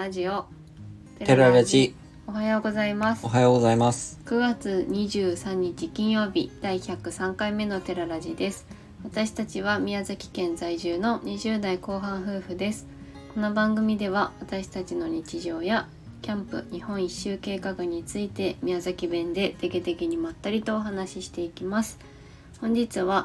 ラジオテララジ。 おはようございます。 おはようございます。 9月23日金曜日第103回目のテララジです。私たちは宮崎県在住の20代後半夫婦です。この番組では私たちの日常やキャンプ日本一周計画について宮崎弁でてけてけにまったりとお話ししていきます。本日は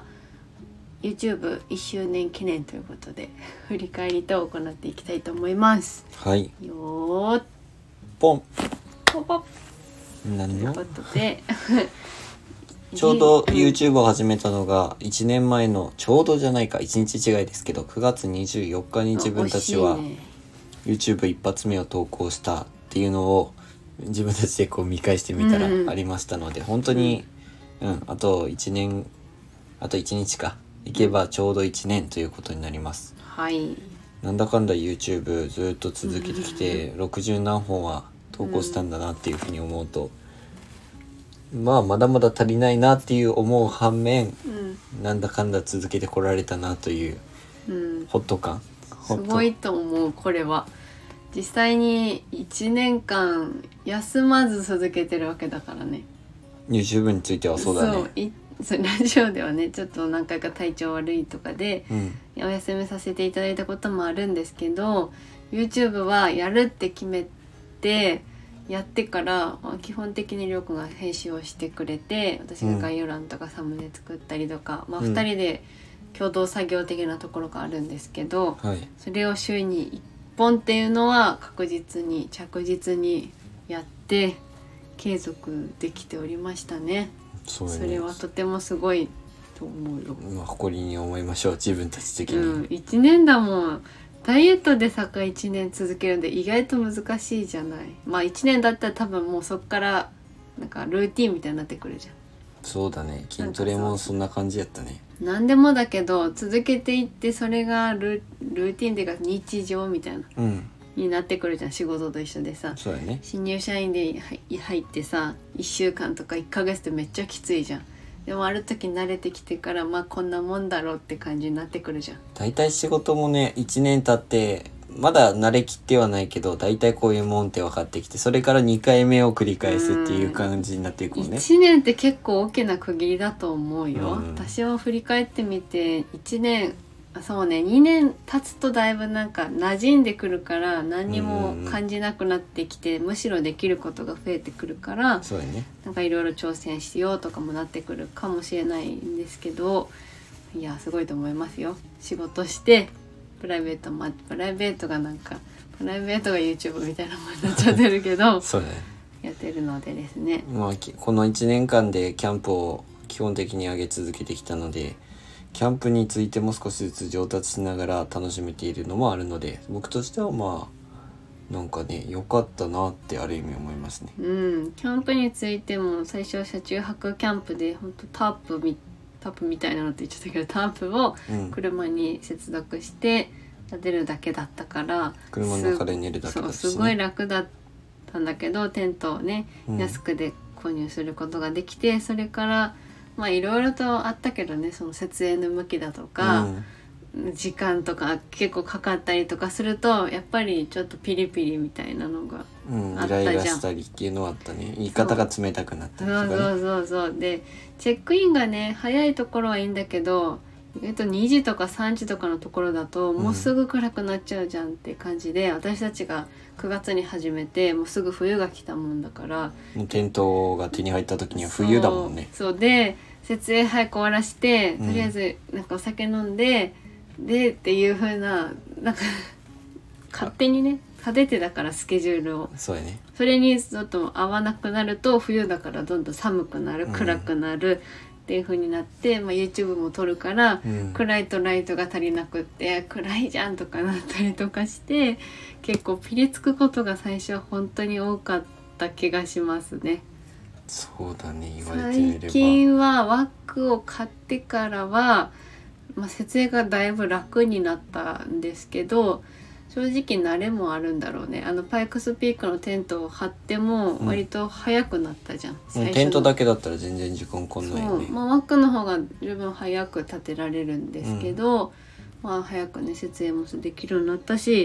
YouTube 1周年記念ということで振り返りと行っていきたいと思います。 はい。 よーポン。 ポポ何のということでちょうど YouTube を始めたのが1年前のちょうどじゃないか1日違いですけど9月24日に自分たちは YouTube 一発目を投稿したっていうのを自分たちでこう見返してみたらありましたので、本当に、あと1年あと1日かいけばちょうど1年ということになります。 はい。 なんだかんだ YouTube ずっと続けてきて60何本は投稿したんだなっていうふうに思うと、まだまだ足りないなっていう思う反面、なんだかんだ続けてこられたなというホット感、 すごいと思う。これは実際に1年間休まず続けてるわけだからね。 YouTube についてはそうだね。 そうラジオではねちょっと何回か体調悪いとかでお休みさせていただいたこともあるんですけど、 YouTube はやるって決めてやってから基本的にりょうくんが編集をしてくれて、私が概要欄とかサムネ作ったりとか、2人で共同作業的なところがあるんですけど、それを週に1本っていうのは確実に着実にやって継続できておりましたね。それはとてもすごいと思うよ。 誇りに思いましょう、自分たち的に。 1年だもん。ダイエットで1年続けるんで意外と難しいじゃない。1年だったら多分もうそっからなんかルーティンみたいになってくるじゃん。 そうだね、筋トレもそんな感じやったね。 何でもだけど続けていってそれがルーティンっていうか日常みたいな、になってくるじゃん。仕事と一緒でさ。 そうだね。 新入社員で入ってさ1週間とか1ヶ月ってめっちゃきついじゃん。でもある時慣れてきてからこんなもんだろうって感じになってくるじゃん。 だいたい仕事もね1年経ってまだ慣れきってはないけどだいたいこういうもんって分かってきて、それから2回目を繰り返すっていう感じになっていくもんね。 1年って結構大きな区切りだと思うよ。私は振り返ってみて1年そうね2年経つとだいぶなんか馴染んでくるから何にも感じなくなってきて、むしろできることが増えてくるから、 そうだね、 なんかいろいろ挑戦しようとかもなってくるかもしれないんですけど、いやすごいと思いますよ。仕事してプライベートがYouTube みたいなものになっちゃってるけどそうだね、 やってるのでですね、 この1年間でキャンプを基本的に上げ続けてきたので、キャンプについても少しずつ上達しながら楽しめているのもあるので、僕としてはなんかね良かったなってある意味思いますね。 キャンプについても最初は車中泊キャンプで本当タープみたいなのって言っちゃったけど、タープを車に接続して立てるだけだったから、 車の中で寝るだけだし、 すごい楽だったんだけど、テントをね、安くで購入することができて、それからいろいろとあったけどね、その設営の向きだとか、時間とか結構かかったりとかするとやっぱりちょっとピリピリみたいなのがあったじゃん。 イライラしたりっていうのはあったね。言い方が冷たくなったりとかね。 そうでチェックインがね早いところはいいんだけど、2時とか3時とかのところだともうすぐ暗くなっちゃうじゃんって感じで、私たちが9月に始めてもうすぐ冬が来たもんだから、 テントが手に入った時には冬だもんね。 そうで設営早く終わらして、とりあえずなんかお酒飲んでっていう風ななんか勝手にね立ててだからスケジュールを。 そうやね。 それにちょっと合わなくなると冬だからどんどん寒くなる、暗くなるっていう風になって、YouTube も撮るから、暗いとライトが足りなくって暗いじゃんとかなったりとかして、結構ピリつくことが最初は本当に多かった気がしますね。 そうだね、言われてみれば。 最近はワックを買ってからは設営がだいぶ楽になったんですけど、正直慣れもあるんだろうね。パイクスピークのテントを張っても割と早くなったじゃん、 テントだけだったら全然時間かんないよね。 ワックの方が十分早く立てられるんですけど、早くね設営もできるようになったし、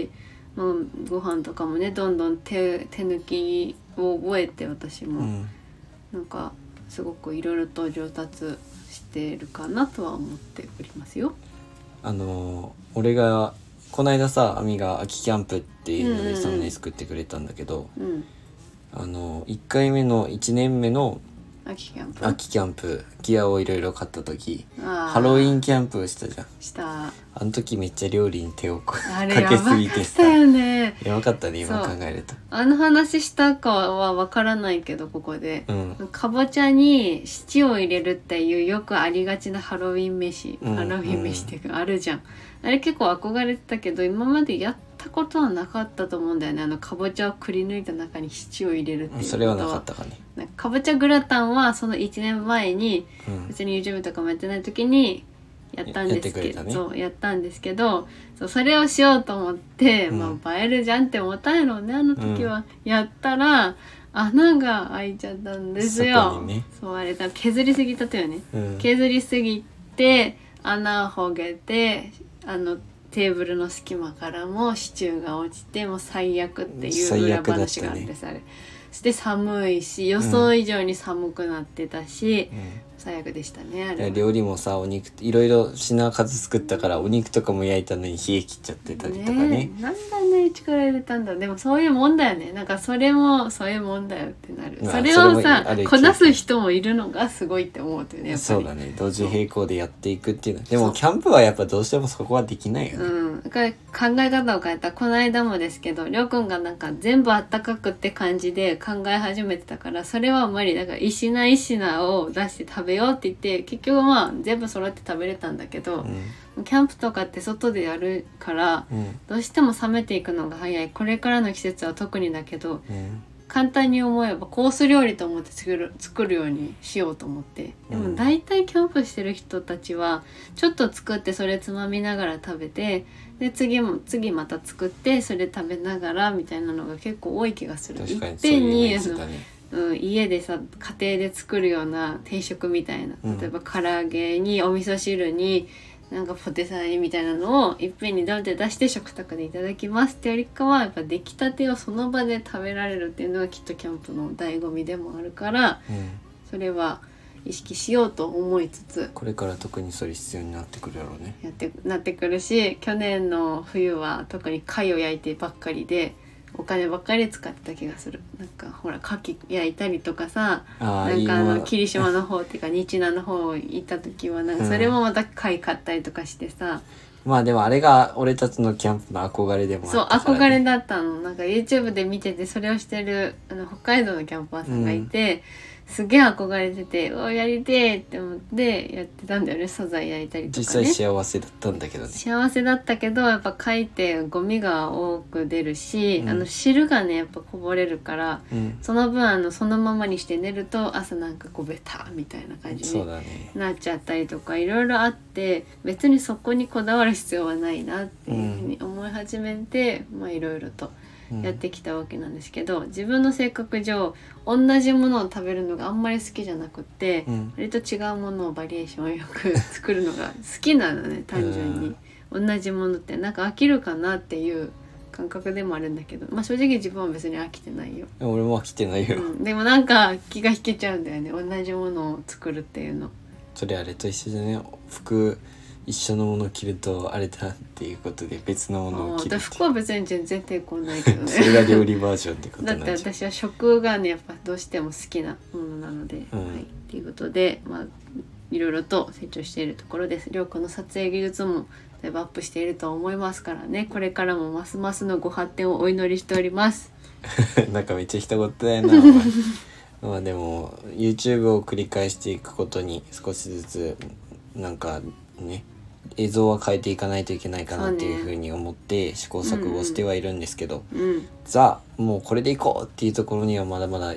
ご飯とかもねどんどん手抜きを覚えて私も、なんかすごくいろいろと上達してるかなとは思っておりますよ。 俺がこの間さアミが秋キャンプっていうのでサムネ作ってくれたんだけど、1回目の1年目の秋キャンプギアをいろいろ買った時ハロウィンキャンプしたじゃん。 したあの時めっちゃ料理に手をかけすぎてさやばかったよね。 やばかったね今考えると。 あの話したかはわからないけどここで、かぼちゃにシチを入れるっていうよくありがちなハロウィン飯、ハロウィン飯っていうかあるじゃん。あれ結構憧れてたけど今までやったことはなかったと思うんだよね。かぼちゃをくり抜いた中にシチを入れるっていうことは。 それはなかったかね。 かぼちゃグラタンはその1年前に、別に YouTube とかもやってない時にやったんですけど、そうやったんですけど、それをしようと思って、映えるじゃんって思ったんやろうねあの時は。やったら穴が開いちゃったんですよ。 そこにね。 そうあれだ削りすぎたとよね、削りすぎて穴をほげてテーブルの隙間からもシチューが落ちてもう最悪っていう裏話があるんです、あれ。そして寒いし予想以上に寒くなってたし、最悪でしたねあれは。 料理もさお肉いろいろ品数作ったからお肉とかも焼いたのに冷え切っちゃってたりとかね。 なんであんなに力入れたんだ。でもそういうもんだよね。なんかそれもそういうもんだよってなる。それをさこなす人もいるのがすごいって思うとねやっぱり。 そうだね同時並行でやっていくっていうの。でもキャンプはやっぱどうしてもそこはできないよね。 だから考え方を変えた。この間もですけどりょうくんがなんか全部あったかくって感じで考え始めてたからそれは無理だから石なを出して食べようって言って結局全部揃って食べれたんだけど、キャンプとかって外でやるから、どうしても冷めていくのが早い。これからの季節は特にだけど、簡単に思えばコース料理と思って作るようにしようと思って。でも大体キャンプしてる人たちはちょっと作ってそれつまみながら食べてで次また作ってそれ食べながらみたいなのが結構多い気がする。 確かにいっぺんに家でさ家庭で作るような定食みたいな、例えば唐揚げにお味噌汁になんかポテサラにみたいなのをいっぺんにドンって出して食卓でいただきますってよりかはやっぱ出来たてをその場で食べられるっていうのがきっとキャンプの醍醐味でもあるから、それは意識しようと思いつつこれから特にそれ必要になってくるやろうね。 なってくるし去年の冬は特に貝を焼いてばっかりでお金ばっかり使ってた気がする。なんかほら牡蠣焼いたりとかさなんか霧島の方っていうか日南の方行った時はなんかそれもまた貝買ったりとかしてさ、 まあでもあれが俺たちのキャンプの憧れでもあったから、ね、 そう憧れだったの。なんか YouTube で見ててそれをしてる北海道のキャンパーさんがいて、すげえ憧れててやりてーって思ってやってたんだよね。素材焼いたりとかね。 実際幸せだったんだけどね。 幸せだったけどやっぱ貝ってゴミが多く出るし、汁がねやっぱこぼれるから、その分そのままにして寝ると朝なんかベタみたいな感じになっちゃったりとかいろいろあって別にそこにこだわる必要はないなっていうふうに思い始めて、いろいろとやってきたわけなんですけど、自分の性格上同じものを食べるのがあんまり好きじゃなくって、割と違うものをバリエーションをよく作るのが好きなのね。単純に同じものってなんか飽きるかなっていう感覚でもあるんだけど、正直自分は別に飽きてないよ。 俺も飽きてないよ、 でもなんか気が引けちゃうんだよね同じものを作るっていうの。 それあれと一緒じゃね。服一緒のものを着るとあれだっていうことで別のものを着るって。 服は別に全然抵抗ないけどねそれが料理バージョンってことなんじゃん。 だって私は食がねやっぱどうしても好きなものなので、っていうことでいろいろと成長しているところです。りょうくんの撮影技術もだいぶアップしていると思いますからね。これからもますますのご発展をお祈りしておりますなんかめっちゃ一言だよなでも YouTube を繰り返していくことに少しずつなんかね映像は変えていかないといけないかなっていうふうに思って試行錯誤してはいるんですけど、もうこれでいこうっていうところにはまだまだ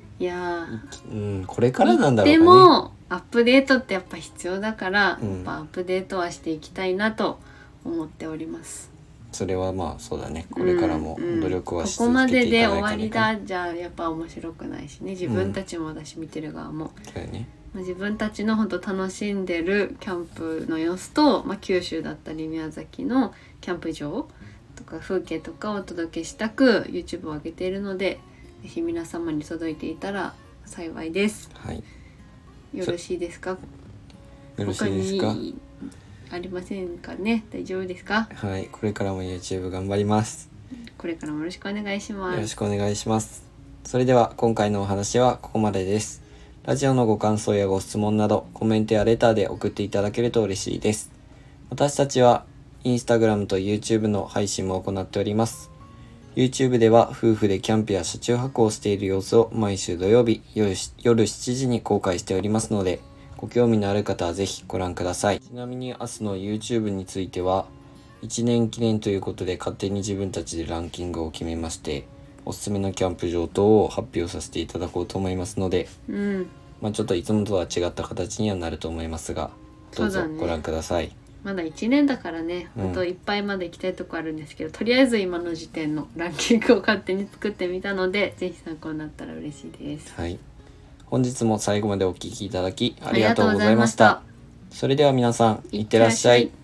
これからなんだろうかね。 でもアップデートってやっぱ必要だから、やっぱアップデートはしていきたいなと思っております。 それはそうだね。これからも努力はし続けていかないかね。ここまでで終わりだじゃやっぱ面白くないしね。自分たちもだし見てる側も。 そうだね。 自分たちの本当楽しんでるキャンプの様子と、九州だったり宮崎のキャンプ場とか風景とかをお届けしたく YouTube を上げているので、ぜひ皆様に届いていたら幸いです。 はい。 よろしいですか？ よろしいですか？ 他にありませんかね？大丈夫ですか？ はい。これからも YouTube 頑張ります。 これからもよろしくお願いします。 よろしくお願いします。それでは今回のお話はここまでです。ラジオのご感想やご質問などコメントやレターで送っていただけると嬉しいです。私たちはインスタグラムと YouTube の配信も行っております。YouTube では夫婦でキャンプや車中泊をしている様子を毎週土曜日夜7時に公開しておりますので、ご興味のある方はぜひご覧ください。ちなみに明日の YouTube については1年記念ということで勝手に自分たちでランキングを決めまして、おすすめのキャンプ場等を発表させていただこうと思いますので、ちょっといつもとは違った形にはなると思いますが、どうぞご覧ください。 まだ1年だからね、あといっぱいまだ行きたいとこあるんですけど、とりあえず今の時点のランキングを勝手に作ってみたので、ぜひ参考になったら嬉しいです。 はい。本日も最後までお聞きいただきありがとうございました。それでは皆さん、いってらっしゃい。